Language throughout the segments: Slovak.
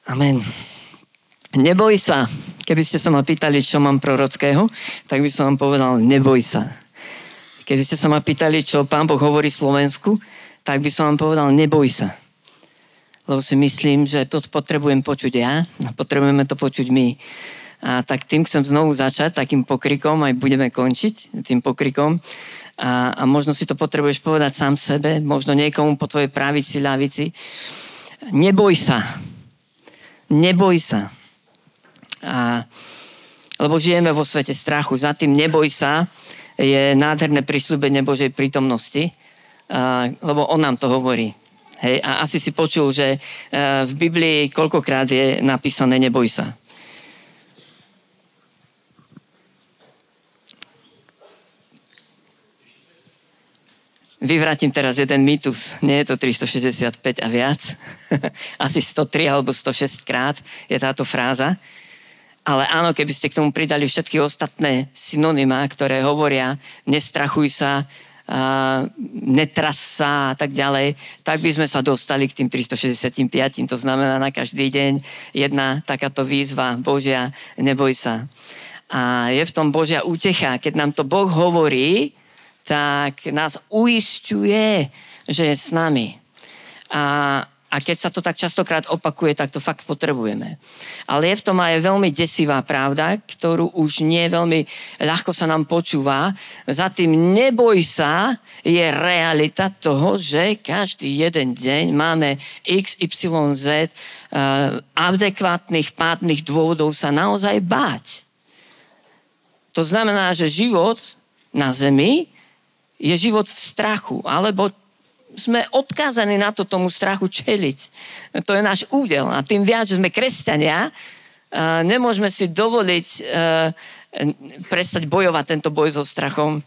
Amen. Neboj sa. Keby ste sa ma pýtali, čo mám prorockého, tak by som vám povedal, neboj sa. Keby ste sa ma pýtali, čo Pán Boh hovorí Slovensku, tak by som vám povedal, neboj sa. Lebo si myslím, že potrebujem počuť ja a potrebujeme to počuť my. A tak tým chcem znovu začať, takým pokrikom, aj budeme končiť tým pokrikom. A možno si to potrebuješ povedať sám sebe, možno niekomu po tvojej pravici, ľavici. Neboj sa. Neboj sa. Lebo žijeme vo svete strachu. Za tým neboj sa je nádherné prisľúbenie Božej prítomnosti, lebo on nám to hovorí. Hej? A asi si počul, že v Biblii koľkokrát je napísané neboj sa. Vyvrátim teraz jeden mýtus. Nie je to 365 a viac. Asi 103 alebo 106 krát je táto fráza. Ale áno, keby ste k tomu pridali všetky ostatné synonymá, ktoré hovoria nestrachuj sa, netras sa a tak ďalej, tak by sme sa dostali k tým 365. To znamená na každý deň jedna takáto výzva Božia, neboj sa. A je v tom Božia útecha. Keď nám to Boh hovorí, tak nás uisťuje, že je s nami. A keď sa to tak častokrát opakuje, tak to fakt potrebujeme. Ale je v tom aj veľmi desivá pravda, ktorú už nie veľmi ľahko sa nám počúva. Za tým neboj sa je realita toho, že každý jeden deň máme XYZ adekvátnych pádnych dôvodov sa naozaj báť. To znamená, že život na zemi je život v strachu, alebo sme odkázaní na to tomu strachu čeliť. To je náš údel. A tým viac, že sme kresťania, nemôžeme si dovoliť prestať bojovať tento boj so strachom.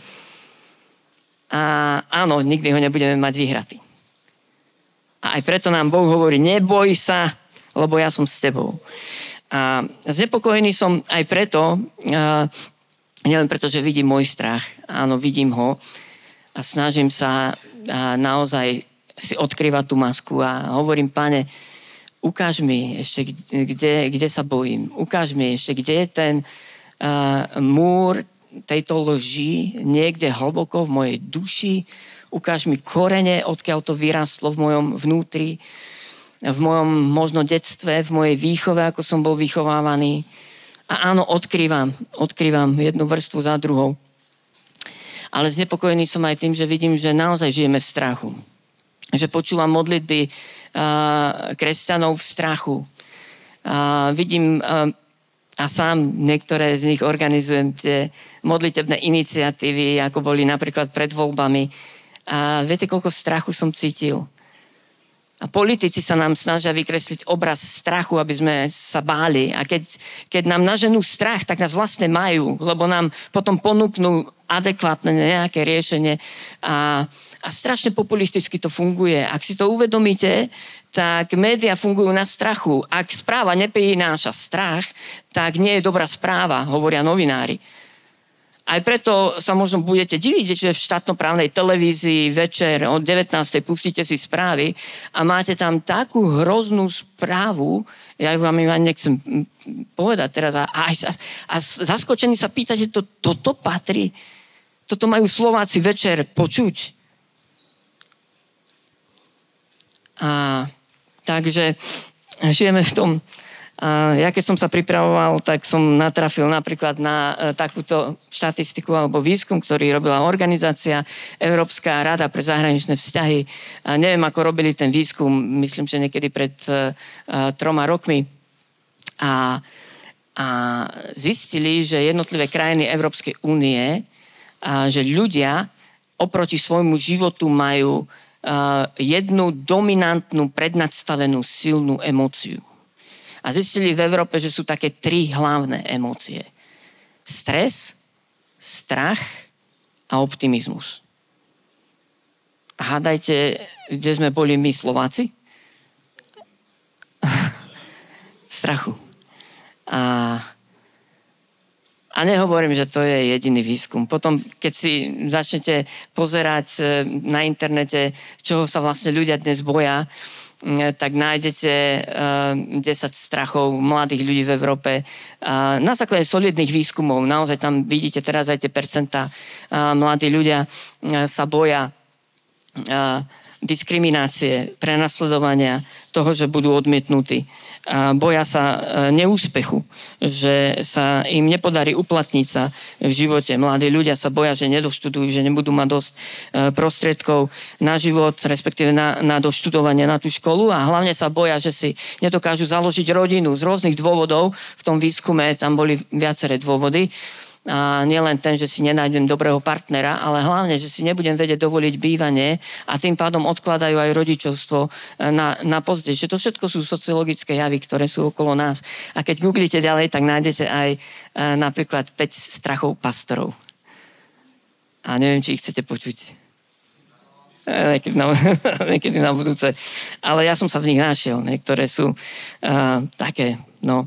A áno, nikdy ho nebudeme mať vyhratý. A aj preto nám Boh hovorí, neboj sa, lebo ja som s tebou. A znepokojený som aj preto, nielen preto, že vidím môj strach, áno, vidím ho a snažím sa naozaj si odkrývať tú masku a hovorím, Pane, ukáž mi ešte, kde sa bojím. Ukáž mi ešte, kde je ten múr tejto lži niekde hlboko v mojej duši. Ukáž mi korene, odkiaľ to vyrastlo v mojom vnútri, v mojom možno detstve, v mojej výchove, ako som bol vychovávaný. A áno, odkrývam jednu vrstvu za druhou. Ale znepokojený som aj tým, že vidím, že naozaj žijeme v strachu. Že počúvam modlitby kresťanov v strachu. Vidím a sám niektoré z nich organizujem tie modlitebné iniciatívy, ako boli napríklad pred voľbami. A viete, koľko strachu som cítil? A politici sa nám snažia vykresliť obraz strachu, aby sme sa báli. A keď nám naženú strach, tak nás vlastne majú, lebo nám potom ponúknú adekvátne nejaké riešenie. A strašne populisticky to funguje. Ak si to uvedomíte, tak médiá fungujú na strachu. Ak správa neprináša strach, tak nie je dobrá správa, hovoria novinári. Aj preto sa možno budete diviť, že v štátnoprávnej televízii večer od 19. pustíte si správy a máte tam takú hroznú správu, ja vám ju ani nechcem povedať teraz, a zaskočení sa pýtate, toto patrí, toto majú Slováci večer počuť. Takže žijeme v tom. Ja keď som sa pripravoval, tak som natrafil napríklad na takúto štatistiku alebo výskum, ktorý robila organizácia Európska rada pre zahraničné vzťahy. Neviem, ako robili ten výskum, myslím, že niekedy pred 3 rokmi. A zistili, že jednotlivé krajiny Európskej únie, že ľudia oproti svojmu životu majú jednu dominantnú, prednadstavenú silnú emóciu. A zistili v Európe, že sú také 3 hlavné emócie. Stres, strach a optimizmus. A hádajte, kde sme boli my Slováci? V strachu. A nehovorím, že to je jediný výskum. Potom, keď si začnete pozerať na internete, čoho sa vlastne ľudia dnes boja, tak nájdete 10 strachov mladých ľudí v Európe. Na základe solidných výskumov, naozaj tam vidíte teraz aj tie percentá, mladí ľudia sa boja diskriminácie, prenasledovania, toho, že budú odmietnutí. Boja sa neúspechu, že sa im nepodarí uplatniť sa v živote. Mladí ľudia sa boja, že nedoštudujú, že nebudú mať dosť prostriedkov na život, respektíve na doštudovanie na tú školu a hlavne sa boja, že si nedokážu založiť rodinu z rôznych dôvodov. V tom výskume tam boli viaceré dôvody. A nielen ten, že si nenájdem dobrého partnera, ale hlavne, že si nebudem vedieť dovoliť bývanie a tým pádom odkladajú aj rodičovstvo na pozdej. Že to všetko sú sociologické javy, ktoré sú okolo nás. A keď googlíte ďalej, tak nájdete aj napríklad 5 strachov pastorov. A neviem, či ich chcete počuť. Niekedy na budúce. Ale ja som sa v nich našiel. Niektoré sú také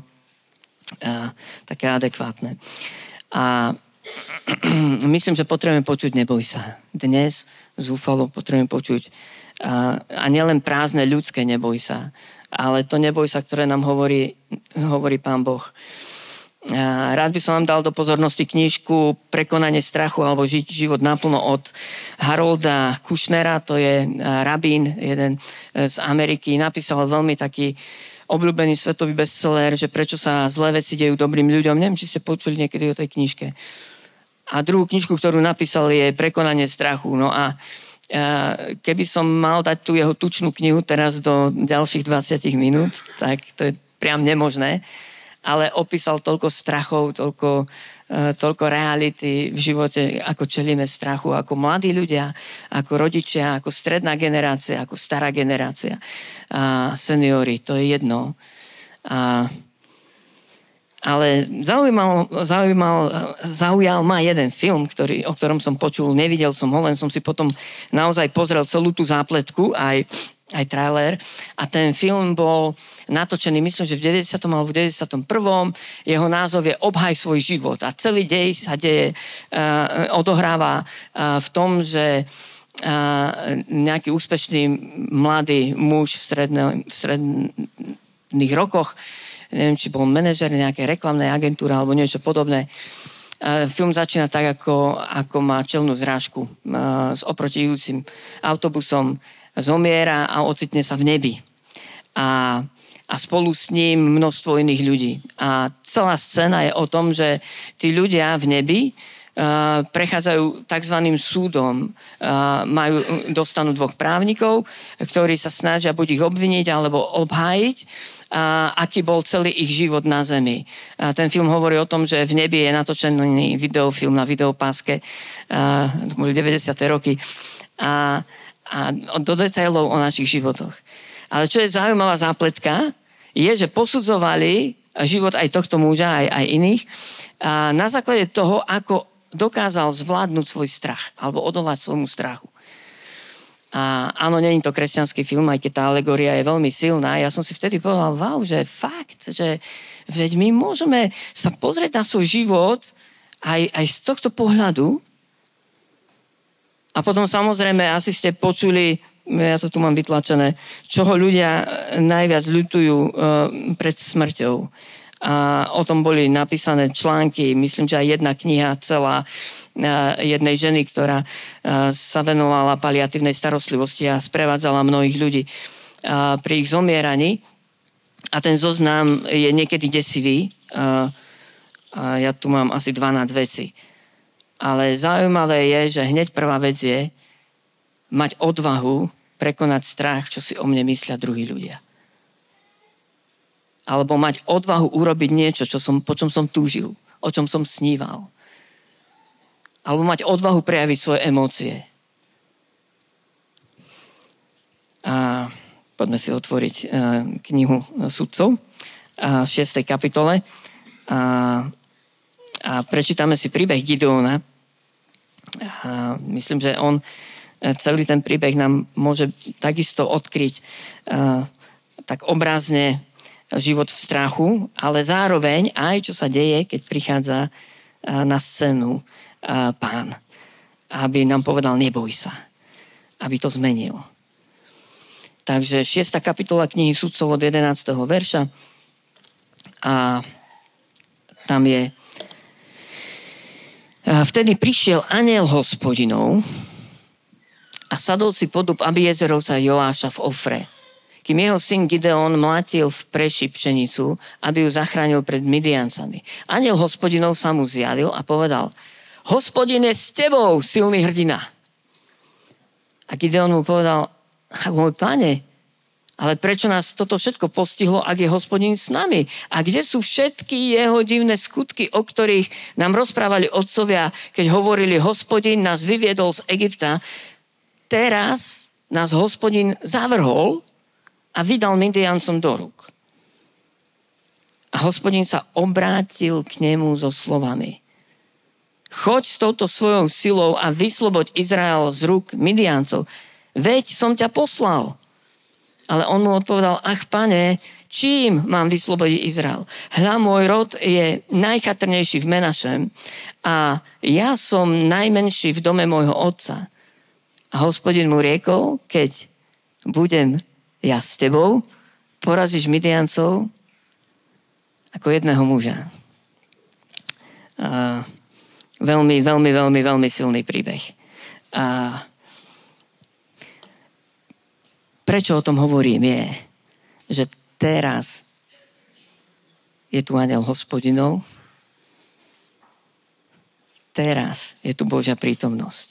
adekvátne. A myslím, že potrebujeme počuť neboj sa. Dnes zúfalo potrebujeme počuť a nielen prázdne ľudské neboj sa, ale to neboj sa, ktoré nám hovorí Pán Boh. Rád by som vám dal do pozornosti knižku Prekonanie strachu alebo Žiť život naplno od Harolda Kushnera, to je rabín, jeden z Ameriky, napísal veľmi taký obľúbený svetový bestseller, že prečo sa zlé veci dejú dobrým ľuďom. Neviem, či ste počuli niekedy o tej knižke. A druhú knižku, ktorú napísal, je Prekonanie strachu. No a keby som mal dať tú jeho tučnú knihu teraz do ďalších 20 minút, tak to je priam nemožné. Ale opísal toľko strachov, toľko reality v živote, ako čelíme strachu, ako mladí ľudia, ako rodičia, ako stredná generácia, ako stará generácia. A seniori, to je jedno. Ale zaujal ma jeden film, o ktorom som počul, nevidel som ho, len som si potom naozaj pozrel celú tú zápletku, aj trailer. A ten film bol natočený, myslím, že v 90. alebo 91. Jeho názov je Obhaj svoj život. A celý dej sa odohráva v tom, že nejaký úspešný mladý muž v stredných rokoch, neviem, či bol manažer nejakej reklamnej agentúry alebo niečo podobné. Film začína tak, ako má čelnú zrážku s oproti idúcim autobusom, zomiera a ocitne sa v nebi. A spolu s ním množstvo iných ľudí. A celá scéna je o tom, že tí ľudia v nebi prechádzajú takzvaným súdom. Dostanú 2 právnikov, ktorí sa snažia buď ich obviniť alebo obhájiť, aký bol celý ich život na zemi. Ten film hovorí o tom, že v nebi je natočený videofilm na videopáske, to boli 90. roky, a do detailov o našich životoch. Ale čo je zaujímavá zápletka, je, že posudzovali život aj tohto muža, aj iných, na základe toho, ako dokázal zvládnuť svoj strach alebo odolať svojmu strachu. A áno, nie je to kresťanský film, aj keď tá alegória je veľmi silná. Ja som si vtedy povedal, wow, že fakt, že veď my môžeme sa pozrieť na svoj život aj z tohto pohľadu. A potom samozrejme, asi ste počuli, ja to tu mám vytlačené, čoho ľudia najviac ľutujú pred smrťou. A o tom boli napísané články, myslím, že aj jedna kniha celá jednej ženy, ktorá sa venovala paliatívnej starostlivosti a sprevádzala mnohých ľudí pri ich zomieraní. A ten zoznam je niekedy desivý. A ja tu mám asi 12 vecí. Ale zaujímavé je, že hneď prvá vec je mať odvahu prekonať strach, čo si o mne myslia druhí ľudia. Alebo mať odvahu urobiť niečo, po čom som túžil, o čom som sníval. Alebo mať odvahu prejaviť svoje emócie. A poďme si otvoriť knihu Sudcov v 6. kapitole. A prečítame si príbeh Gideona. Myslím, že celý ten príbeh nám môže takisto odkryť tak obrazne život v strachu, ale zároveň aj čo sa deje, keď prichádza na scénu Pán. Aby nám povedal, neboj sa. Aby to zmenil. Takže 6. kapitola knihy Sudcov od 11. verša. A tam je: Vtedy prišiel anjel Hospodinov a sadol si pod dub Abiezerovca Joáša v Ofre, kým jeho syn Gideon mlátil v preši pšenicu, aby ju zachránil pred Midiancami. Anjel Hospodinov sa mu zjavil a povedal: Hospodin je s tebou, silný hrdina. A Gideon mu povedal: Môj pane, ale prečo nás toto všetko postihlo, ak je Hospodin s nami? A kde sú všetky jeho divné skutky, o ktorých nám rozprávali otcovia, keď hovorili: Hospodin nás vyviedol z Egypta. Teraz nás Hospodin zavrhol a vydal Midiancom do rúk. A Hospodin sa obrátil k nemu so slovami: Choď s touto svojou silou a vysloboď Izrael z rúk Midiancov. Veď som ťa poslal. Ale on mu odpovedal: Ach, pane, čím mám vyslobodiť Izrael? Hľa, môj rod je najchatrnejší v Menašem a ja som najmenší v dome môjho otca. A Hospodin mu riekol: Keď budem ja s tebou, porazíš Midiancov ako jedného muža. Veľmi, veľmi, veľmi, veľmi silný príbeh. Prečo o tom hovorím je, že teraz je tu anjel Hospodinov, teraz je tu Božia prítomnosť.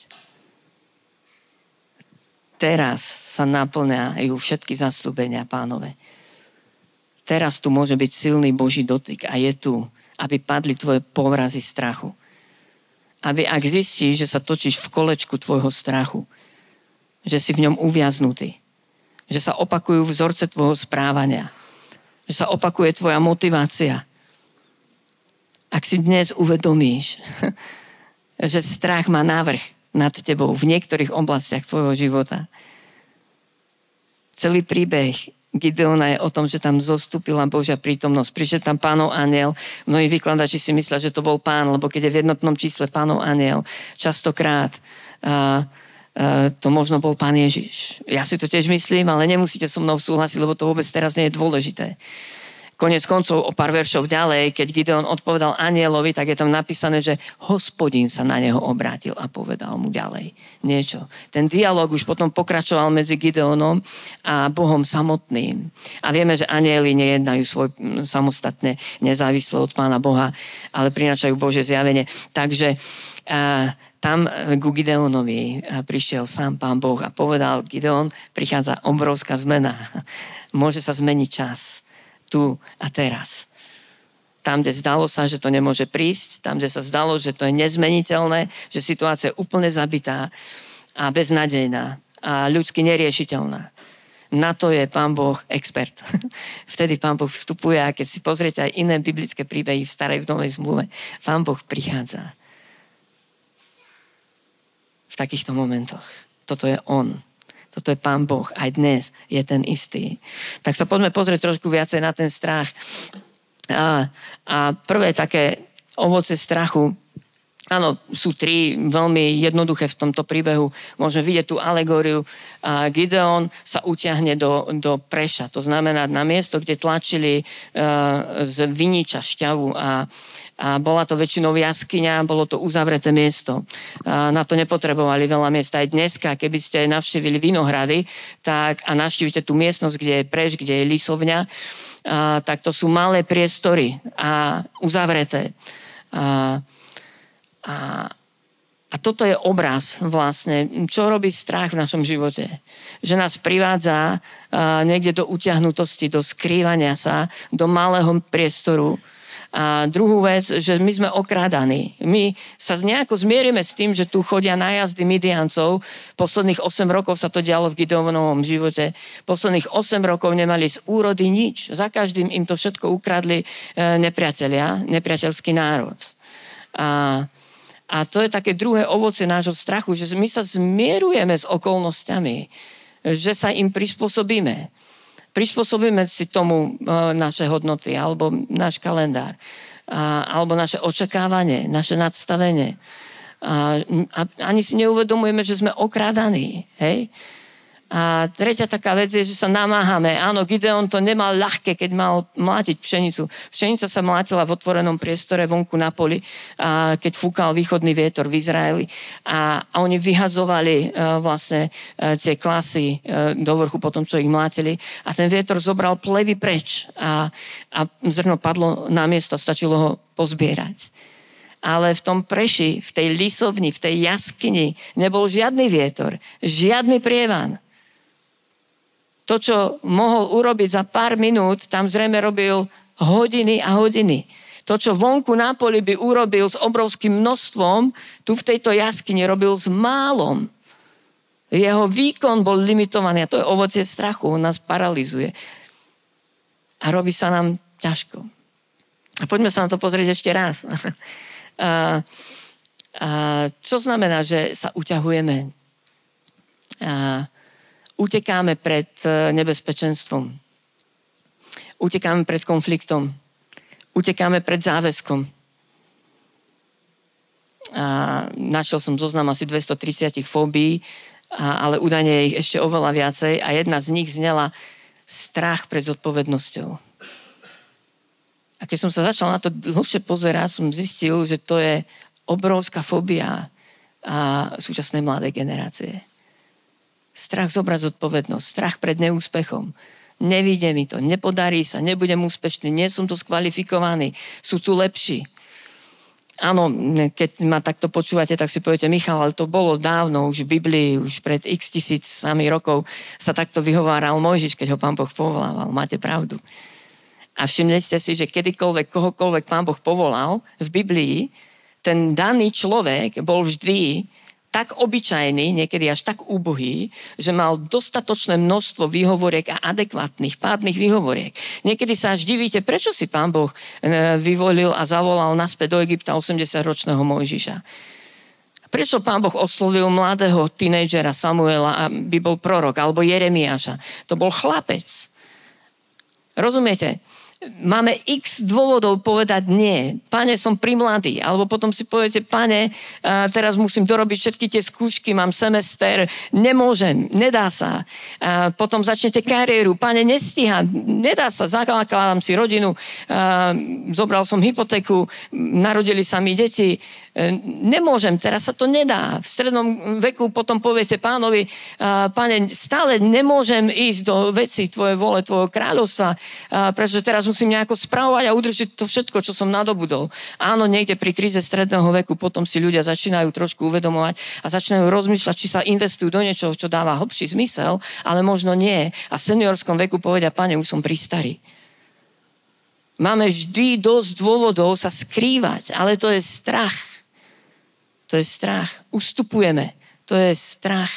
Teraz sa naplňajú všetky zasľúbenia Pánove. Teraz tu môže byť silný Boží dotyk a je tu, aby padli tvoje povrazy strachu. Aby ak zistíš, že sa točíš v kolečku tvojho strachu, že si v ňom uviaznutý, že sa opakujú vzorce tvojho správania, že sa opakuje tvoja motivácia. Ak si dnes uvedomíš, že strach má návrh nad tebou v niektorých oblastiach tvojho života. Celý príbeh Gideona je o tom, že tam zostúpila Božia prítomnosť. Prišiel tam Pánov anjel. Mnohí vykladači si myslia, že to bol Pán, lebo keď je v jednotnom čísle Pánov anjel, častokrát to možno bol Pán Ježiš. Ja si to tiež myslím, ale nemusíte so mnou súhlasiť, lebo to vôbec teraz nie je dôležité. Konec koncov o pár veršov ďalej, keď Gideon odpovedal anjelovi, tak je tam napísané, že Hospodin sa na neho obrátil a povedal mu ďalej niečo. Ten dialog už potom pokračoval medzi Gideonom a Bohom samotným. A vieme, že anjeli nejednajú samostatne, nezávisle od Pána Boha, ale prinášajú Božie zjavenie. Takže tam ku Gideonovi prišiel sám Pán Boh a povedal: Gideon, prichádza obrovská zmena. Môže sa zmeniť čas. Tu a teraz. Tam, kde zdalo sa, že to nemôže prísť, tam, kde sa zdalo, že to je nezmeniteľné, že situácia je úplne zabitá a beznadejná a ľudsky neriešiteľná. Na to je Pán Boh expert. Vtedy Pán Boh vstupuje a keď si pozriete aj iné biblické príbehy v starej, v novej zmluve, Pán Boh prichádza v takýchto momentoch. Toto je on. Toto je Pán Boh. Aj dnes je ten istý. Tak sa poďme pozrieť trošku viacej na ten strach. A prvé také ovoce strachu, áno, sú tri veľmi jednoduché v tomto príbehu. Môžeme vidieť tú alegóriu. Gideon sa utiahne do preša. To znamená na miesto, kde tlačili z viniča šťavu a bola to väčšinou jaskyňa, bolo to uzavreté miesto. Na to nepotrebovali veľa miesta. Aj dneska, keby ste navštívili vinohrady a navštívite tú miestnosť, kde je preš, kde je lisovňa, tak to sú malé priestory a uzavreté. A toto je obraz vlastne, čo robí strach v našom živote. Že nás privádza niekde do utiahnutosti, do skrývania sa, do malého priestoru. A druhú vec, že my sme okrádaní. My sa nejako zmierime s tým, že tu chodia nájazdy Midiancov. Posledných 8 rokov sa to dialo v Gideonovom živote. Posledných 8 rokov nemali z úrody nič. Za každým im to všetko ukradli nepriatelia, nepriateľský národ. A to je také druhé ovocie nášho strachu, že my sa zmierujeme s okolnostiami, že sa im prispôsobíme. Prispôsobíme si tomu naše hodnoty, alebo náš kalendár, alebo naše očakávanie, naše nadstavenie. A ani si neuvedomujeme, že sme okrádaní. Hej? A tretia taká vec je, že sa namáhame. Áno, Gideon to nemal ľahké, keď mal mlátiť pšenicu. Pšenica sa mlátila v otvorenom priestore vonku na poli, a keď fúkal východný vietor v Izraeli. A oni vyhadzovali vlastne tie klasy do vrchu po tom, čo ich mlátili. A ten vietor zobral plevy preč. A zrno padlo na miesto, stačilo ho pozbierať. Ale v tom preši, v tej lisovni, v tej jaskyni nebol žiadny vietor, žiadny prievan. To, čo mohol urobiť za pár minút, tam zrejme robil hodiny a hodiny. To, čo vonku na poli by urobil s obrovským množstvom, tu v tejto jaskyni robil s málom. Jeho výkon bol limitovaný a to je ovocie strachu, on nás paralizuje. A robí sa nám ťažko. A poďme sa na to pozrieť ešte raz. Čo znamená, že sa uťahujeme? Utekáme pred nebezpečenstvom. Utekáme pred konfliktom. Utekáme pred záväzkom. Našiel som zoznam asi 230 fóbií, ale údajne je ich ešte oveľa viacej a jedna z nich znela strach pred zodpovednosťou. A keď som sa začal na to hlbšie pozerať, som zistil, že to je obrovská fóbia súčasnej mladej generácie. Strach zobrať zodpovednosť, strach pred neúspechom. Nevíde mi to, nepodarí sa, nebudem úspešný, nie som to skvalifikovaný, sú tu lepší. Áno, keď ma takto počúvate, tak si poviete, Michal, ale to bolo dávno, už v Biblii, už pred x tisícami rokov sa takto vyhováral Mojžiš, keď ho Pán Boh povolával. Máte pravdu. A všimnete si, že kedykoľvek, kohokoľvek Pán Boh povolal v Biblii, ten daný človek bol vždy tak obyčajný, niekedy až tak úbohý, že mal dostatočné množstvo výhovoriek a adekvátnych, pádnych výhovoriek. Niekedy sa až divíte, prečo si Pán Boh vyvolil a zavolal naspäť do Egypta 80-ročného Mojžiša. Prečo Pán Boh oslovil mladého tínedžera Samuela, aby bol prorok, alebo Jeremiáša. To bol chlapec. Rozumiete? Máme x dôvodov povedať nie. Pane, som primladý. Alebo potom si poviete, pane, teraz musím dorobiť všetky tie skúšky, mám semester, nemôžem, nedá sa. Potom začnete kariéru, pane, nestíham, nedá sa, zakladám si rodinu, zobral som hypotéku, narodili sa mi deti, nemôžem, teraz sa to nedá. V strednom veku potom poviete pánovi, pane, stále nemôžem ísť do veci tvojej vole, tvojho kráľovstva, pretože teraz musím nejako spravovať a udržiť to všetko, čo som nadobudol. Áno, niekde pri kríze stredného veku potom si ľudia začínajú trošku uvedomovať a začínajú rozmýšľať, či sa investujú do niečoho, čo dáva hlbší zmysel, ale možno nie. A v seniorskom veku povedia, pane, už som pristarý. Máme vždy dosť dôvodov sa skrývať, ale to je strach. To je strach. Ustupujeme. To je strach.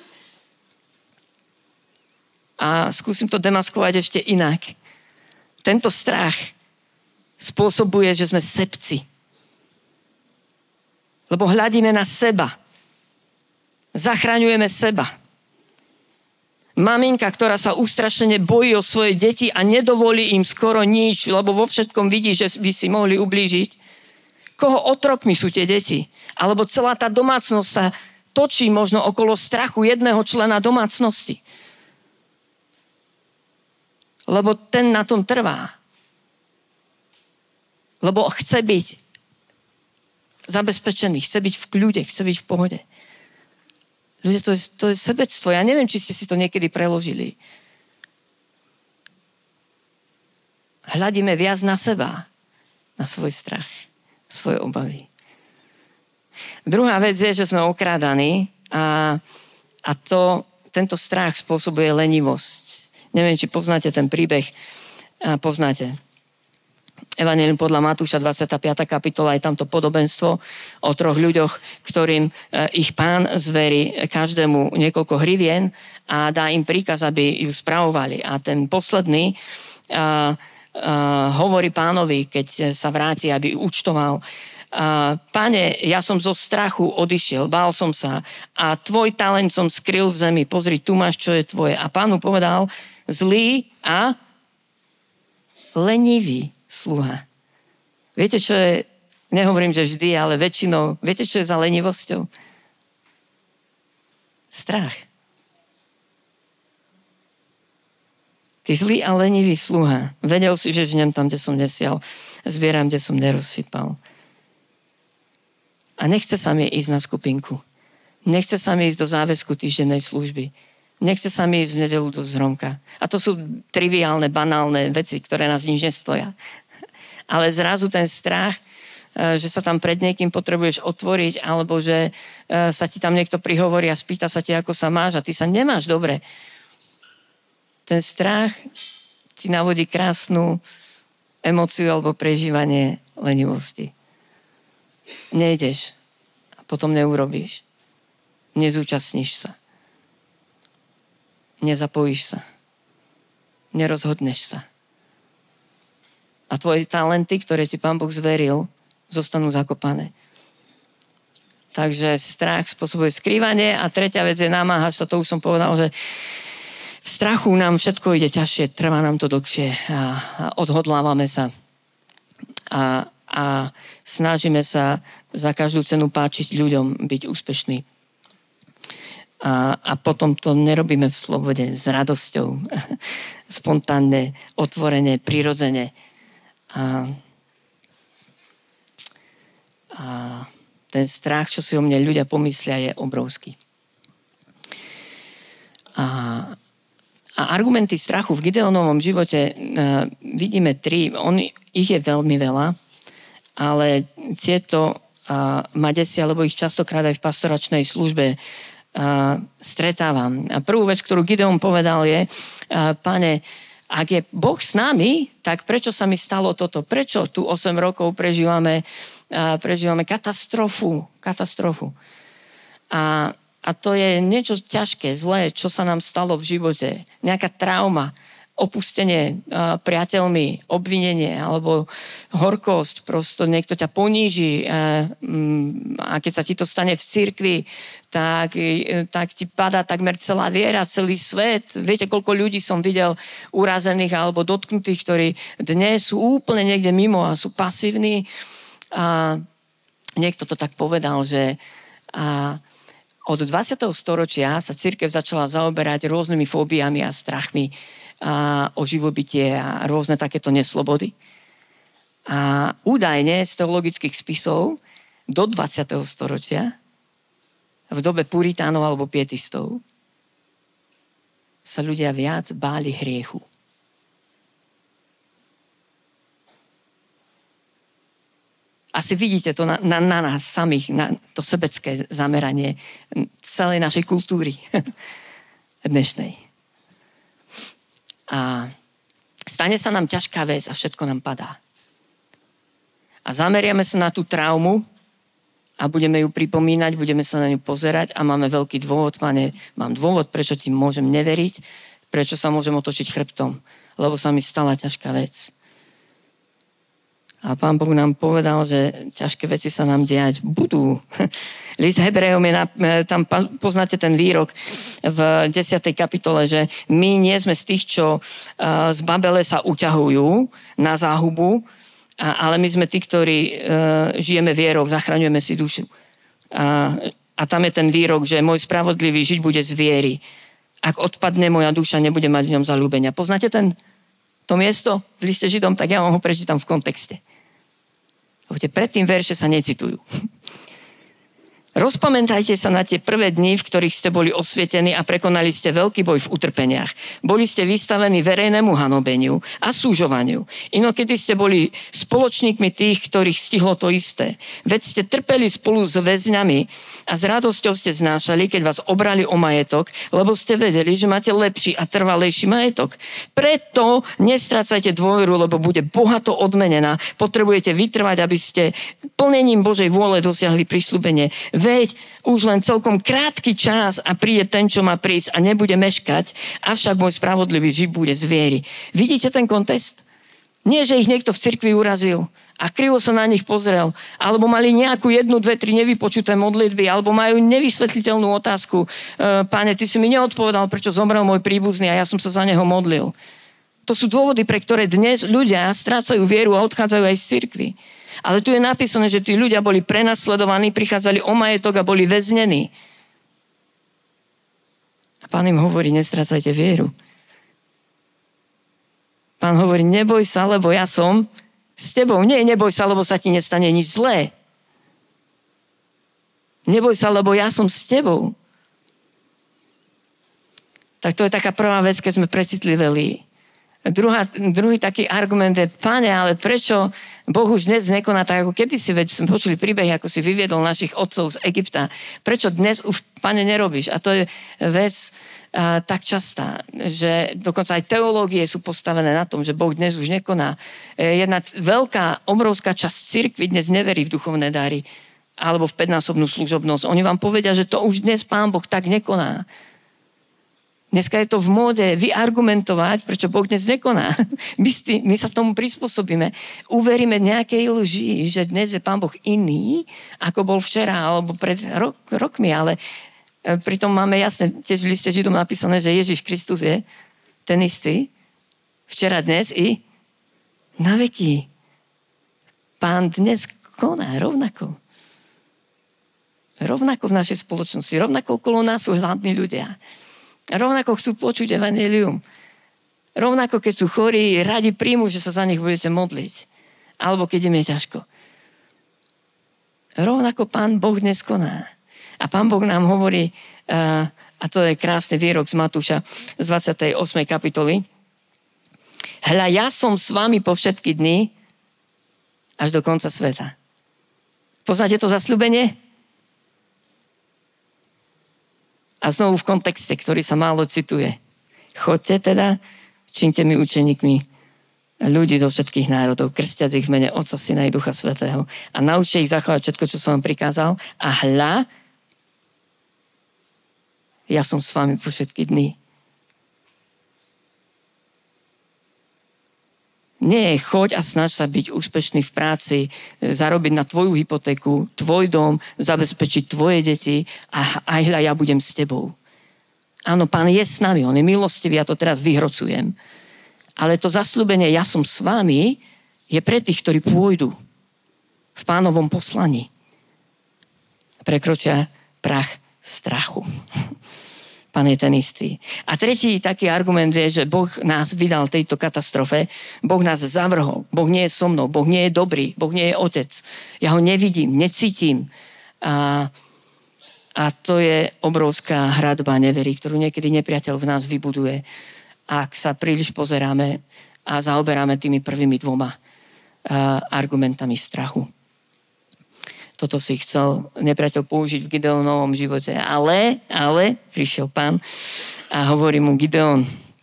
A skúsim to demaskovať ešte inak. Tento strach spôsobuje, že sme sebci. Lebo hľadíme na seba. Zachraňujeme seba. Maminka, ktorá sa ústrašene bojí o svoje deti a nedovolí im skoro nič, lebo vo všetkom vidí, že by si mohli ublížiť. Koho otrokmi sú tie deti? Alebo celá tá domácnosť sa točí možno okolo strachu jedného člena domácnosti. Lebo ten na tom trvá. Lebo chce byť zabezpečený, chce byť v kľude, chce byť v pohode. Ľudia, to je sebectvo. Ja neviem, či ste si to niekedy preložili. Hľadíme viac na seba, na svoj strach, svoje obavy. Druhá vec je, že sme okrádaní a tento strach spôsobuje lenivosť. Neviem, či poznáte ten príbeh. Poznáte. Evanjelium podľa Matúša, 25. kapitola, je tamto podobenstvo o 3 ľuďoch, ktorým ich Pán zverí každému niekoľko hrivien a dá im príkaz, aby ju spravovali. A ten posledný hovorí Pánovi, keď sa vráti, aby účtoval: Pane, ja som zo strachu odišiel, bál som sa a tvoj talent som skryl v zemi. Pozri, tu máš, čo je tvoje. A Pán mu povedal: zlý a lenivý sluha. Viete, čo je, nehovorím, že vždy, ale väčšinou, viete, čo je za lenivosťou? Strach. Ty zlý a lenivý sluha. Vedel si, že žnem tam, kde som nesial. Zbieram, kde som nerozsypal. A nechce sa mi ísť na skupinku. Nechce sa mi ísť do záväzku týždennej služby. Nechce sa mi ísť v nedeľu do zhromka. A to sú triviálne, banálne veci, ktoré nás nič nestoja. Ale zrazu ten strach, že sa tam pred niekým potrebuješ otvoriť, alebo že sa ti tam niekto prihovorí a spýta sa ti, ako sa máš a ty sa nemáš dobre. Ten strach ti navodí krásnu emóciu alebo prežívanie lenivosti. Nejdeš a potom neurobíš. Nezúčastníš sa. Nezapojíš sa. Nerozhodneš sa. A tvoje talenty, ktoré ti Pán Boh zveril, zostanú zakopané. Takže strach spôsobuje skrývanie a tretia vec je namáhaš sa, to už som povedal, že v strachu nám všetko ide ťažšie, trvá nám to dlhšie a odhodlávame sa a snažíme sa za každú cenu páčiť ľuďom, byť úspešní. A potom to nerobíme v slobode, s radosťou, spontánne, otvorene, prirodzene. A ten strach, čo si o mne ľudia pomyslia, je obrovský. A argumenty strachu v Gideonovom živote vidíme 3. Ich je veľmi veľa, ale tieto ma desia, lebo ich častokrát aj v pastoračnej službe stretávam. A prvú vec, ktorú Gideon povedal je, Pane, ak je Boh s nami, tak prečo sa mi stalo toto? Prečo tu 8 rokov prežívame katastrofu? A to je niečo ťažké, zlé, čo sa nám stalo v živote. Nejaká trauma, opustenie priateľmi, obvinenie alebo horkosť, prosto niekto ťa poníži a keď sa ti to stane v cirkvi, tak ti padá takmer celá viera, celý svet. Viete, koľko ľudí som videl urazených alebo dotknutých, ktorí dnes sú úplne niekde mimo a sú pasívni. A niekto to tak povedal, že od 20. storočia sa cirkev začala zaoberať rôznymi fóbiami a strachmi o živobytie a rôzne takéto neslobody. A údajne z teologických spisov do 20. storočia v dobe puritánov alebo pietistov sa ľudia viac báli hriechu. Asi vidíte to na nás samých, na to sebecké zameranie celej našej kultúry dnešnej. A stane sa nám ťažká vec a všetko nám padá. A zameriame sa na tú traumu a budeme ju pripomínať, budeme sa na ňu pozerať a máme veľký dôvod, Pane, mám dôvod, prečo ti môžem neveriť, prečo sa môžem otočiť chrbtom, lebo sa mi stala ťažká vec. A Pán Boh nám povedal, že ťažké veci sa nám diať budú. List Hebrejom tam poznáte ten výrok v 10. kapitole, že my nie sme z tých, čo z Babele sa uťahujú na záhubu, ale my sme tí, ktorí žijeme vierou, zachraňujeme si dušu. A tam je ten výrok, že môj spravodlivý žiť bude z viery. Ak odpadne moja duša, nebude mať v ňom zaľúbenia. Poznáte to miesto v liste Židom? Tak ja vám ho prečítam v kontexte. Predtým verše sa necitujú. Rozpamätajte sa na tie prvé dni, v ktorých ste boli osvietení a prekonali ste veľký boj v utrpeniach. Boli ste vystavení verejnému hanobeniu a súžovaniu. Inokedy ste boli spoločníkmi tých, ktorých stihlo to isté. Veď ste trpeli spolu s väzňami a s radosťou ste znášali, keď vás obrali o majetok, lebo ste vedeli, že máte lepší a trvalejší majetok. Preto nestrácajte dôveru, lebo bude bohato odmenená. Potrebujete vytrvať, aby ste plnením Božej vôle dosiahli prisľúbenie. Veď už len celkom krátky čas a príde ten, čo má prísť a nebude meškať, avšak môj spravodlivý žiť bude z viery. Vidíte ten kontext? Nie, že ich niekto v cirkvi urazil a krivo sa na nich pozrel, alebo mali nejakú 1, 2, 3 nevypočuté modlitby, alebo majú nevysvetliteľnú otázku. Páne, ty si mi neodpovedal, prečo zomrel môj príbuzný a ja som sa za neho modlil. To sú dôvody, pre ktoré dnes ľudia strácajú vieru a odchádzajú aj z cirkvi. Ale tu je napísané, že tí ľudia boli prenasledovaní, prichádzali o majetok a boli väznení. A Pán im hovorí, nestrácajte vieru. Pán hovorí, neboj sa, lebo ja som s tebou. Nie, neboj sa, lebo sa ti nestane nič zlé. Neboj sa, lebo ja som s tebou. Tak to je taká prvá vec, keď sme precitliveli. Druhý taký argument je, Pane, ale prečo Boh už dnes nekoná tak, ako kedysi, veď sme počuli príbehy, ako si vyviedol našich otcov z Egypta. Prečo dnes už, Pane, nerobíš? A to je vec tak častá, že dokonca aj teológie sú postavené na tom, že Boh dnes už nekoná. Jedna veľká, obrovská časť cirkvi dnes neverí v duchovné dary alebo v 5-násobnú služobnosť. Oni vám povedia, že to už dnes Pán Boh tak nekoná. Dneska je to v móde vyargumentovať, prečo Boh dnes nekoná. My sa tomu prispôsobíme. Uveríme nejakej lži, že dnes je Pán Boh iný, ako bol včera alebo pred rokmi, ale pritom máme jasne, tiež v liste Židom napísané, že Ježiš Kristus je ten istý, včera, dnes i na veky. Pán dnes koná rovnako. Rovnako v našej spoločnosti, rovnako okolo nás sú hladní ľudia. Rovnako chcú počuť evanjelium. Rovnako, keď sú chorí, radi príjmu, že sa za nich budete modliť. Alebo keď im je ťažko. Rovnako Pán Boh dnes koná. A Pán Boh nám hovorí, a to je krásny výrok z Matúša z 28. kapitoly. Hľa, ja som s vami po všetky dny až do konca sveta. Poznáte to zasľúbenie? A znovu v kontexte, ktorý sa málo cituje. Choďte teda, čiňte mi učeníkmi ľudí zo všetkých národov, krstiac ich v mene Otca, Syna i Ducha Svätého a naučte ich zachovať všetko, čo som vám prikázal. A hľa, ja som s vami po všetky dny. Nie, choď a snaž sa byť úspešný v práci, zarobiť na tvoju hypotéku, tvoj dom, zabezpečiť tvoje deti a aj hľa, ja budem s tebou. Áno, Pán je s nami, on je milostivý, ja to teraz vyhrocujem. Ale to zasľúbenie, ja som s vami, je pre tých, ktorí pôjdu v Pánovom poslaní. Prekročia prach strachu. Pán je ten istý. A tretí taký argument je, že Boh nás vydal tejto katastrofe. Boh nás zavrhol. Boh nie je so mnou. Boh nie je dobrý. Boh nie je otec. Ja ho nevidím, necítim. A to je obrovská hradba neverí, ktorú niekedy nepriateľ v nás vybuduje. Ak sa príliš pozeráme a zaoberáme tými prvými dvoma argumentami strachu. Toto si chcel nepriateľ použiť v Gideonovom živote. Ale prišiel Pán a hovorí mu, Gideon,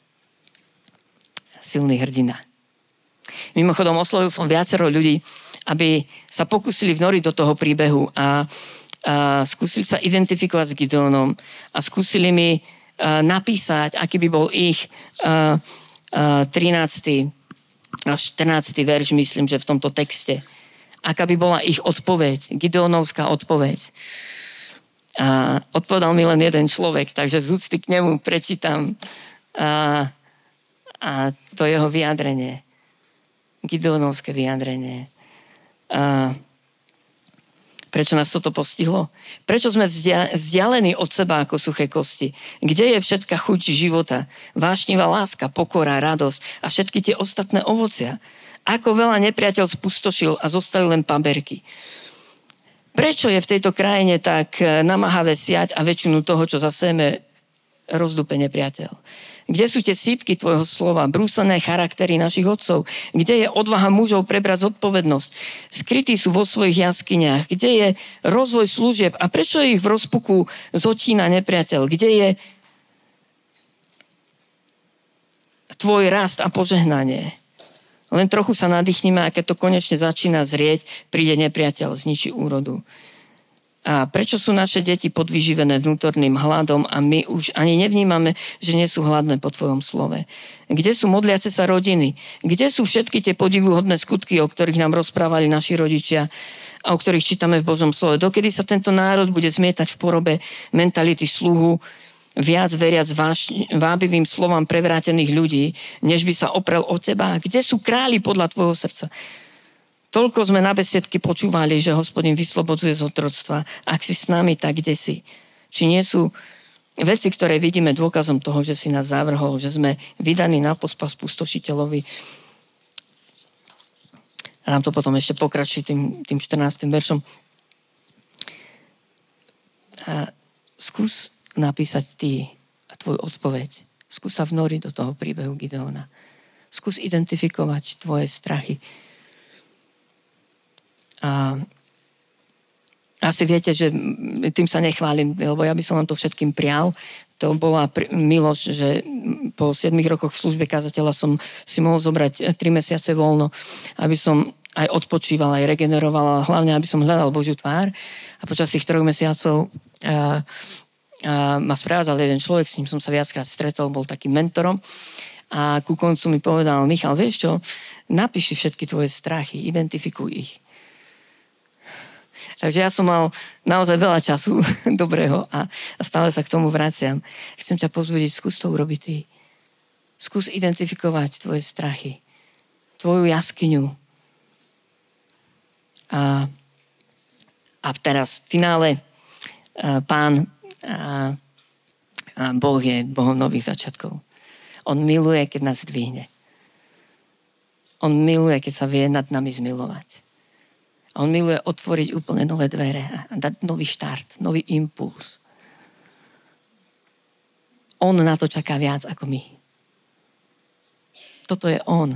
silný hrdina. Mimochodom, oslovil som viacero ľudí, aby sa pokúsili vnoriť do toho príbehu a skúsili sa identifikovať s Gideonom a skúsili mi napísať, aký by bol ich 13. a 14. verš, myslím, že v tomto texte. Aká by bola ich odpoveď, Gideonovská odpoveď. A odpovedal mi len jeden človek, takže z úcty k nemu prečítam a to jeho vyjadrenie. Gideonovské vyjadrenie. Prečo nás toto postihlo? Prečo sme vzdialení od seba ako suché kosti? Kde je všetka chuť života? Vášnivá láska, pokora, radosť a všetky tie ostatné ovocia? Ako veľa nepriateľ spustošil a zostali len paberky. Prečo je v tejto krajine tak namáhavé siať a väčšinu toho, čo zasejeme, rozdupe nepriateľ? Kde sú tie sípky tvojho slova, brúsené charaktery našich otcov? Kde je odvaha mužov prebrať zodpovednosť? Skrytí sú vo svojich jaskyniach. Kde je rozvoj služieb? A prečo ich v rozpuku zotína nepriateľ? Kde je tvoj rast a požehnanie? Len trochu sa nadýchnime a keď to konečne začína zrieť, príde nepriateľ, zničí úrodu. A prečo sú naše deti podvyživené vnútorným hladom a my už ani nevnímame, že nie sú hladné po tvojom slove? Kde sú modliace sa rodiny? Kde sú všetky tie podivuhodné skutky, o ktorých nám rozprávali naši rodičia a o ktorých čítame v Božom slove? Dokedy sa tento národ bude zmietať v porobe mentality sluhu, viac veriac vábivým slovám prevrátených ľudí, než by sa oprel o teba? Kde sú králi podľa tvojho srdca? Toľko sme na besiedky počúvali, že Hospodin vyslobodzuje z otroctva. Ak si s nami, tak kde si? Či nie sú veci, ktoré vidíme dôkazom toho, že si nás zavrhol, že sme vydaní na pospas pustošiteľovi. A nám to potom ešte pokračuje tým 14. veršom. A skús napísať ty a tvoju odpoveď. Skús sa vnoriť do toho príbehu Gideona. Skús identifikovať tvoje strachy. A asi viete, že tým sa nechválim, lebo ja by som vám to všetkým prial. To bola milosť, že po 7 rokoch v službe kazateľa som si mohol zobrať 3 mesiace voľno, aby som aj odpočíval, aj regeneroval, ale hlavne, aby som hľadal Božiu tvár. A počas tých 3 mesiacov ma sprevádzal jeden človek, s ním som sa viackrát stretol, bol takým mentorom. A ku koncu mi povedal, Michal, vieš čo, napíš si všetky tvoje strachy, identifikuj ich. Takže ja som mal naozaj veľa času dobrého a stále sa k tomu vraciam. Chcem ťa pozbudiť, skús to urobiť ty. Skús identifikovať tvoje strachy, tvoju jaskyňu. A teraz v finále Pán Boh je Bohom nových začiatkov. On miluje, keď nás zdvihne. On miluje, keď sa vie nad nami zmilovať. On miluje otvoriť úplne nové dvere a dať nový štart, nový impuls. On na to čaká viac ako my. Toto je on.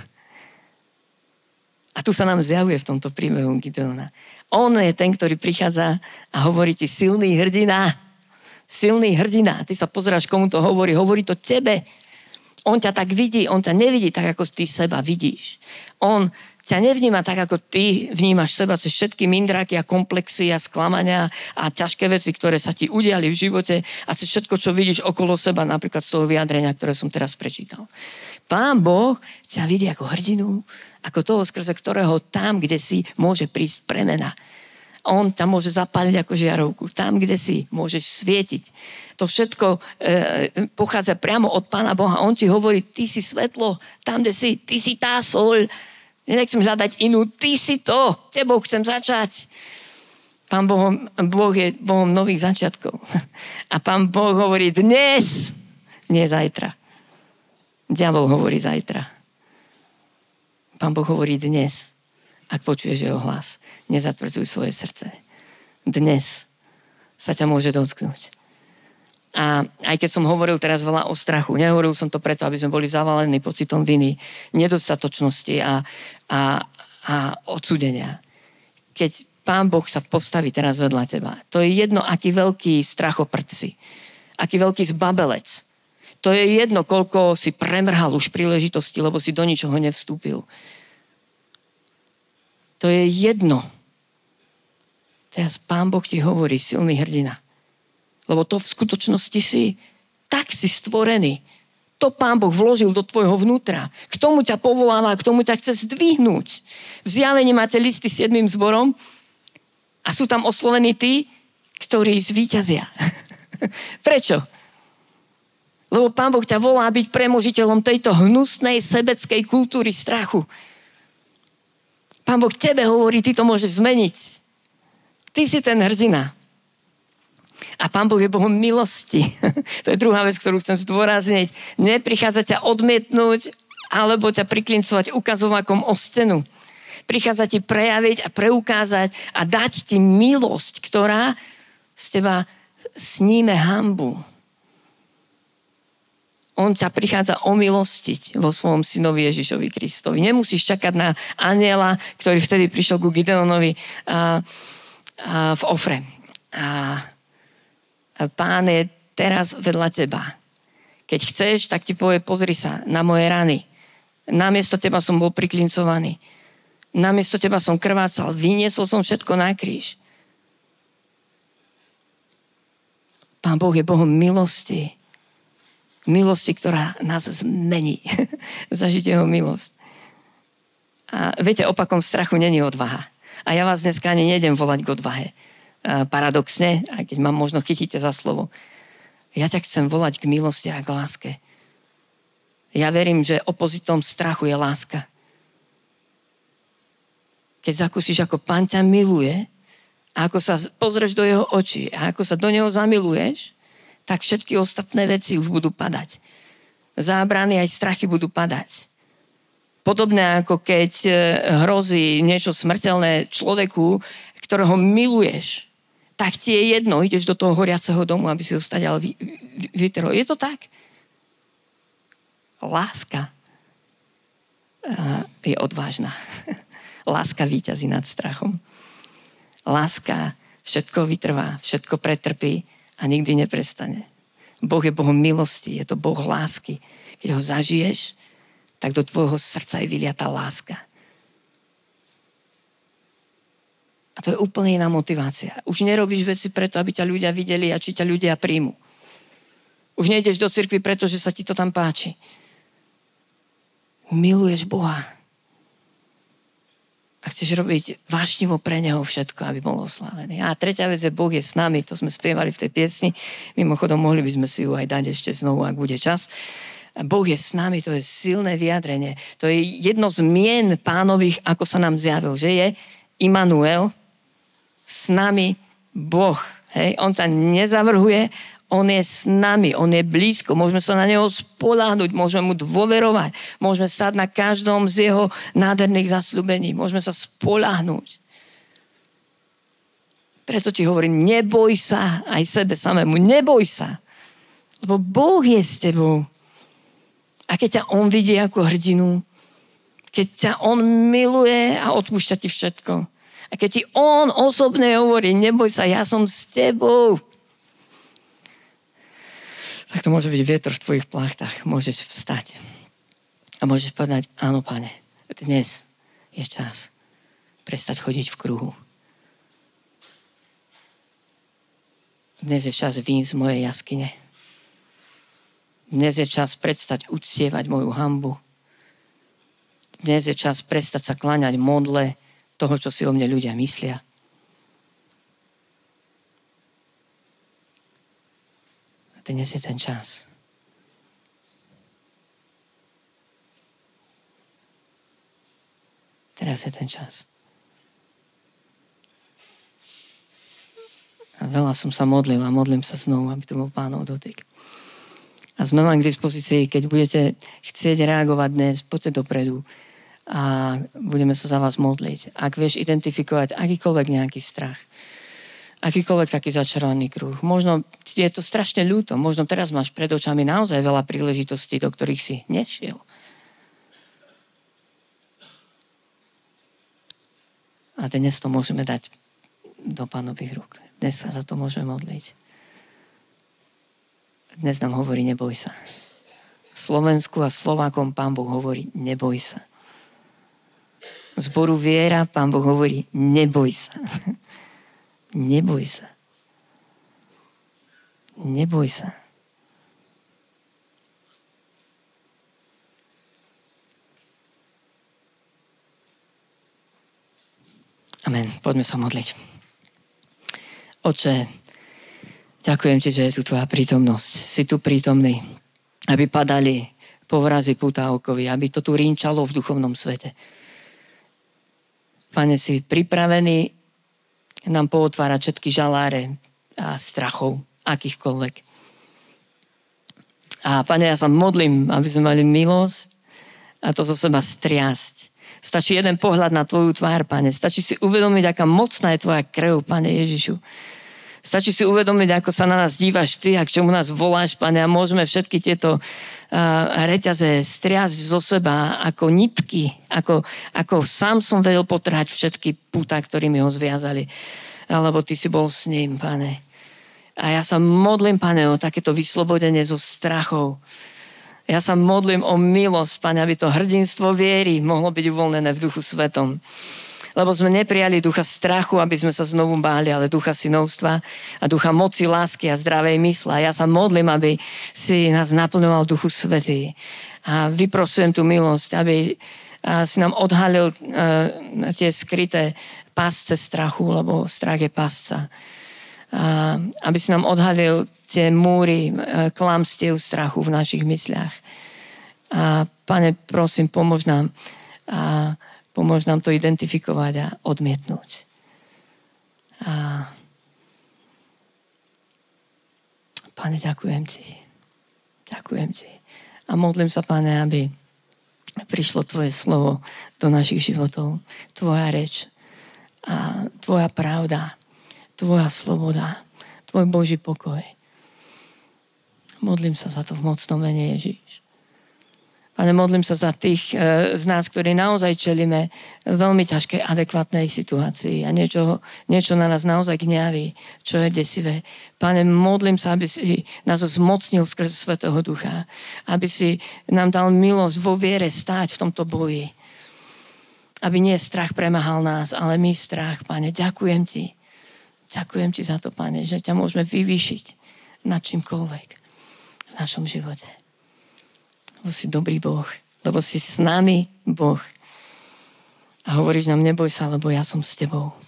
A tu sa nám zjavuje v tomto príbehu Gideona. On je ten, ktorý prichádza a hovorí ti silný hrdina. Silný hrdina. Ty sa pozeráš, komu to hovorí. Hovorí to tebe. On ťa tak vidí, on ťa nevidí tak, ako ty seba vidíš. On ťa nevníma tak, ako ty vnímaš seba cez všetky mindráky a komplexy a sklamania a ťažké veci, ktoré sa ti udiali v živote a cez všetko, čo vidíš okolo seba, napríklad z toho vyjadrenia, ktoré som teraz prečítal. Pán Boh ťa vidí ako hrdinu, ako toho, skrze ktorého tam, kde si, môže prísť premena. On ťa môže zapáliť ako žiarovku. Tam, kde si, môžeš svietiť. To všetko pochádza priamo od Pána Boha. On ti hovorí, ty si svetlo, tam, kde si, ty si tá soľ. Nechcem hľadať inú, ty si to, tebou chcem začať. Pán Boh je Bohom nových začiatkov. A Pán Boh hovorí dnes, nie zajtra. Diabol hovorí zajtra. Pán Boh hovorí dnes. Ak počuješ jeho hlas, nezatvrdzuj svoje srdce. Dnes sa ťa môže dotknúť. A aj keď som hovoril teraz veľa o strachu, nehovoril som to preto, aby sme boli zavalení pocitom viny, nedostatočnosti a odsúdenia. Keď Pán Boh sa postaví teraz vedľa teba, to je jedno, aký veľký strachoprd si, aký veľký zbabelec. To je jedno, koľko si premrhal už príležitosti, lebo si do ničoho nevstúpil. To je jedno. Teraz Pán Boh ti hovorí, silný hrdina. Lebo to v skutočnosti si, tak si stvorený. To Pán Boh vložil do tvojho vnútra. K tomu ťa povoláva, k tomu ťa chce zdvihnúť. V Zjavení máte listy s 7 zborom a sú tam oslovení tí, ktorí zvíťazia. Prečo? Lebo Pán Boh ťa volá byť premožiteľom tejto hnusnej sebeckej kultúry strachu. Pán Boh tebe hovorí, ty to môžeš zmeniť. Ty si ten hrdina. A Pán Boh je Bohom milosti. To je druhá vec, ktorú chcem zdôrazniť. Neprichádza ťa odmietnúť alebo ťa priklincovať ukazovákom o stenu. Prichádza ti prejaviť a preukázať a dať ti milosť, ktorá z teba sníme hanbu. On ťa prichádza omilostiť vo svojom synovi Ježišovi Kristovi. Nemusíš čakať na anjela, ktorý vtedy prišiel ku Gideonovi v Ofre. A Pán je teraz vedľa teba. Keď chceš, tak ti povie, pozri sa na moje rany. Namiesto teba som bol priklincovaný. Namiesto teba som krvácal. Vyniesol som všetko na kríž. Pán Boh je Bohom milosti. Milosti, ktorá nás zmení. Zažiť jeho milosť. A viete, opakom strachu není odvaha. A ja vás dneska ani nejdem volať k odvahe. Paradoxne, aj keď ma možno chytíte za slovo. Ja ťa chcem volať k milosti a k láske. Ja verím, že opozitom strachu je láska. Keď zakúsiš, ako Pán ťa miluje a ako sa pozrieš do jeho očí a ako sa do neho zamiluješ, tak všetky ostatné veci už budú padať. Zábrany aj strachy budú padať. Podobne ako keď hrozí niečo smrteľné človeku, ktorého miluješ, tak ti je jedno, ideš do toho horiaceho domu, aby si ho stadiaľ vytrhol. Je to tak? Láska je odvážna. Láska víťazí nad strachom. Láska všetko vytrvá, všetko pretrpí a nikdy neprestane. Boh je Bohom milosti, je to Boh lásky. Keď ho zažiješ, tak do tvojho srdca je vyliatá láska. A to je úplne iná motivácia. Už nerobíš veci preto, aby ťa ľudia videli a či ťa ľudia príjmu. Už nejdeš do cirkvi preto, že sa ti to tam páči. Miluješ Boha. A chceš robiť vášnivo pre Neho všetko, aby bol oslávený. A tretia vec je, Boh je s nami. To sme spievali v tej piesni. Mimochodom, mohli by sme si ju aj dať ešte znovu, ak bude čas. Boh je s nami, to je silné vyjadrenie. To je jedno z mien Pánových, ako sa nám zjavil, že je Immanuel, s nami Boh. Hej? On sa nezavrhuje, on je s nami, on je blízko, môžeme sa na neho spoľahnúť, môžeme mu dôverovať, môžeme stať na každom z jeho nádherných zasľúbení, môžeme sa spoľahnúť. Preto ti hovorím, neboj sa aj sebe samému, neboj sa, lebo Boh je s tebou. A keď ťa on vidí ako hrdinu, keď ťa on miluje a odpúšťa ti všetko, a keď ti on osobne hovorí, neboj sa, ja som s tebou, tak to môže byť vietor v tvojich plachtách. Môžeš vstať. A môžeš povedať, áno, Pane, dnes je čas prestať chodiť v kruhu. Dnes je čas výjsť z mojej jaskyne. Dnes je čas prestať uctievať moju hanbu. Dnes je čas prestať sa kláňať modle toho, čo si o mne ľudia myslia. Dnes je ten čas. Teraz je ten čas. A veľa som sa modlil a modlím sa znovu, aby to bol Pánov dotyk. A sme vám k dispozícii, keď budete chcieť reagovať dnes, poďte dopredu a budeme sa za vás modliť. Ak vieš identifikovať akýkoľvek nejaký strach, akýkoľvek taký začarovaný kruh. Možno je to strašne ľúto. Možno teraz máš pred očami naozaj veľa príležitostí, do ktorých si nešiel. A dnes to môžeme dať do Pánových rúk. Dnes sa za to môžeme modliť. Dnes nám hovorí, neboj sa. Slovensku a Slovákom Pán Boh hovorí, neboj sa. Zboru Viera Pán Boh hovorí, neboj sa. Neboj sa. Neboj sa. Amen. Poďme sa modliť. Oče, ďakujem ti, že je tu tvoja prítomnosť. Si tu prítomný, aby padali povrazy putávkovi, aby to tu rinčalo v duchovnom svete. Pane, si pripravený nám pootvárať všetky žaláre a strachov, akýchkoľvek. A Pane, ja sa modlím, aby sme mali milosť a to zo seba striasť. Stačí jeden pohľad na tvoju tvár, Pane. Stačí si uvedomiť, aká mocná je tvoja krv, Pane Ježišu. Stačí si uvedomiť, ako sa na nás dívaš ty a k čomu nás voláš, Pane, a môžeme všetky tieto reťaze striasť zo seba ako nitky, ako sám som vedel potrhať všetky púta, ktorými ho zviazali. Alebo ty si bol s ním, Pane. A ja sa modlím, Pane, o takéto vyslobodenie zo strachov. Ja sa modlím o milosť, Pane, aby to hrdinstvo viery mohlo byť uvoľnené v Duchu Svetom. Lebo sme neprijali ducha strachu, aby sme sa znovu báli, ale ducha synovstva a ducha moci, lásky a zdravej mysle. A ja sa modlím, aby si nás naplňoval Duchu Svätý. A vyprosujem tú milosť, aby si nám odhalil tie skryté pásce strachu, lebo strach je pásca. Aby si nám odhalil tie múry klamstiev strachu v našich mysliach. A Pane, prosím, pomôž nám to identifikovať a odmietnúť. A Pane, ďakujem ti. Ďakujem ti. A modlím sa, Pane, aby prišlo tvoje slovo do našich životov. Tvoja reč a tvoja pravda, tvoja sloboda, tvoj Boží pokoj. Modlím sa za to v mocnom mene Ježiš. Pane, modlím sa za tých z nás, ktorí naozaj čelíme veľmi ťažkej, adekvátnej situácii a niečo na nás naozaj gňaví, čo je desivé. Pane, modlím sa, aby si nás zmocnil skrze Svätého Ducha, aby si nám dal milosť vo viere stáť v tomto boji. Aby nie strach premahal nás, ale my strach, Pane. Ďakujem ti. Ďakujem ti za to, Pane, že ťa môžeme vyvýšiť nad čímkoľvek v našom živote. Lebo si dobrý Boh, lebo si s nami Boh. A hovoríš nám, neboj sa, lebo ja som s tebou.